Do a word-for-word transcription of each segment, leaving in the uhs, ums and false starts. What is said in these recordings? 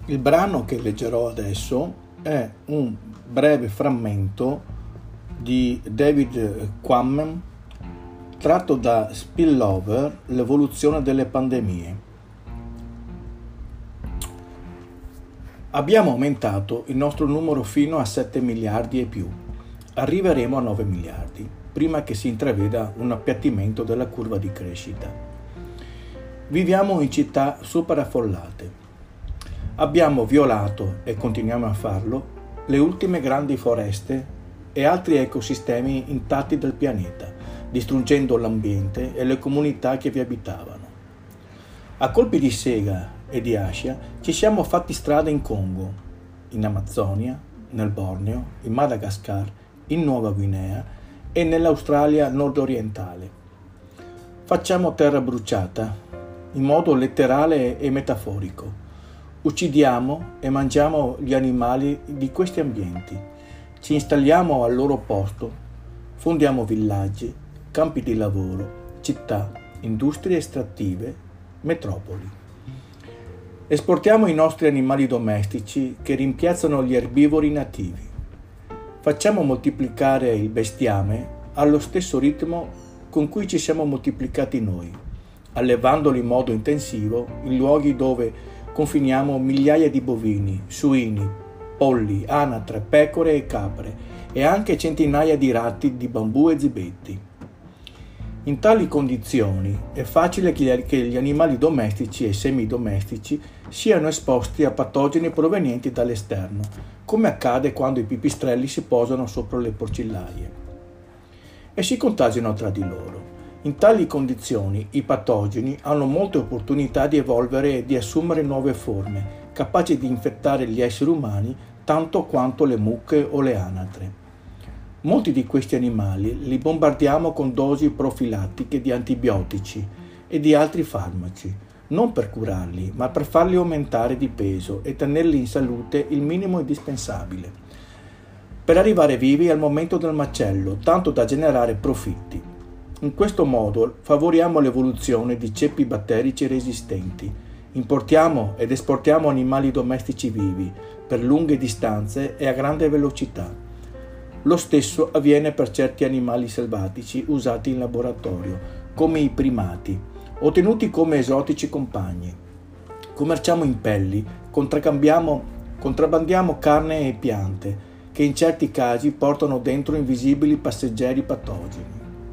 Il brano che leggerò adesso è un breve frammento di David Quammen tratto da Spillover, l'evoluzione delle pandemie. Abbiamo aumentato il nostro numero fino a sette miliardi e più. Arriveremo a nove miliardi, prima che si intraveda un appiattimento della curva di crescita. Viviamo in città super affollate. Abbiamo violato, e continuiamo a farlo, le ultime grandi foreste e altri ecosistemi intatti del pianeta, distruggendo l'ambiente e le comunità che vi abitavano. A colpi di sega e di ascia ci siamo fatti strada in Congo, in Amazzonia, nel Borneo, in Madagascar, in Nuova Guinea e nell'Australia nord-orientale. Facciamo terra bruciata, in modo letterale e metaforico. Uccidiamo e mangiamo gli animali di questi ambienti, ci installiamo al loro posto, fondiamo villaggi, campi di lavoro, città, industrie estrattive, metropoli. Esportiamo i nostri animali domestici che rimpiazzano gli erbivori nativi. Facciamo moltiplicare il bestiame allo stesso ritmo con cui ci siamo moltiplicati noi, allevandoli in modo intensivo in luoghi dove confiniamo migliaia di bovini, suini, polli, anatre, pecore e capre e anche centinaia di ratti di bambù e zibetti. In tali condizioni è facile che gli animali domestici e semidomestici siano esposti a patogeni provenienti dall'esterno, come accade quando i pipistrelli si posano sopra le porcillaie, e si contagiano tra di loro. In tali condizioni i patogeni hanno molte opportunità di evolvere e di assumere nuove forme, capaci di infettare gli esseri umani tanto quanto le mucche o le anatre. Molti di questi animali li bombardiamo con dosi profilattiche di antibiotici e di altri farmaci, non per curarli, ma per farli aumentare di peso e tenerli in salute il minimo indispensabile, per arrivare vivi al momento del macello, tanto da generare profitti. In questo modo favoriamo l'evoluzione di ceppi batterici resistenti. Importiamo ed esportiamo animali domestici vivi per lunghe distanze e a grande velocità. Lo stesso avviene per certi animali selvatici usati in laboratorio, come i primati, o tenuti come esotici compagni. Commerciamo in pelli, contrabbandiamo carne e piante, che in certi casi portano dentro invisibili passeggeri patogeni.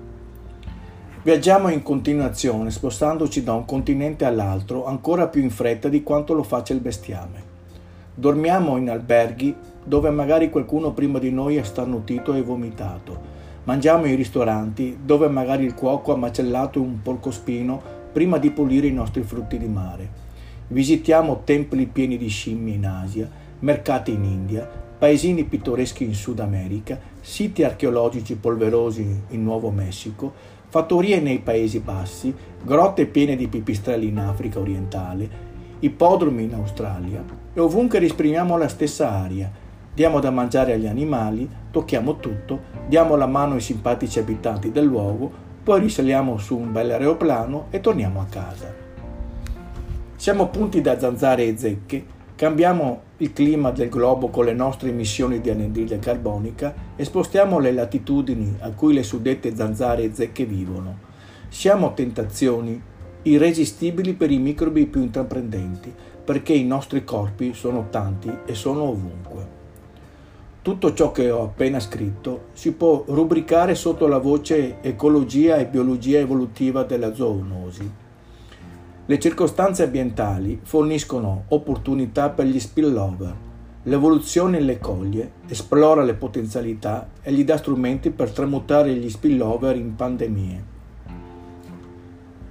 Viaggiamo in continuazione, spostandoci da un continente all'altro ancora più in fretta di quanto lo faccia il bestiame. Dormiamo in alberghi dove magari qualcuno prima di noi è starnutito e vomitato. Mangiamo in ristoranti dove magari il cuoco ha macellato un porcospino prima di pulire i nostri frutti di mare. Visitiamo templi pieni di scimmie in Asia, mercati in India, paesini pittoreschi in Sud America, siti archeologici polverosi in Nuovo Messico, fattorie nei Paesi Bassi, grotte piene di pipistrelli in Africa orientale, ippodromi in Australia, e ovunque respiriamo la stessa aria. Diamo da mangiare agli animali, tocchiamo tutto, diamo la mano ai simpatici abitanti del luogo, poi risaliamo su un bel aeroplano e torniamo a casa. Siamo punti da zanzare e zecche, cambiamo il clima del globo con le nostre emissioni di anidride carbonica e spostiamo le latitudini a cui le suddette zanzare e zecche vivono. Siamo tentazioni irresistibili per i microbi più intraprendenti, perché i nostri corpi sono tanti e sono ovunque. Tutto ciò che ho appena scritto si può rubricare sotto la voce ecologia e biologia evolutiva della zoonosi. Le circostanze ambientali forniscono opportunità per gli spillover. L'evoluzione le coglie, esplora le potenzialità e gli dà strumenti per tramutare gli spillover in pandemie.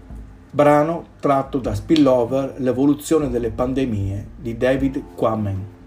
Brano tratto da Spillover, l'evoluzione delle pandemie di David Quammen.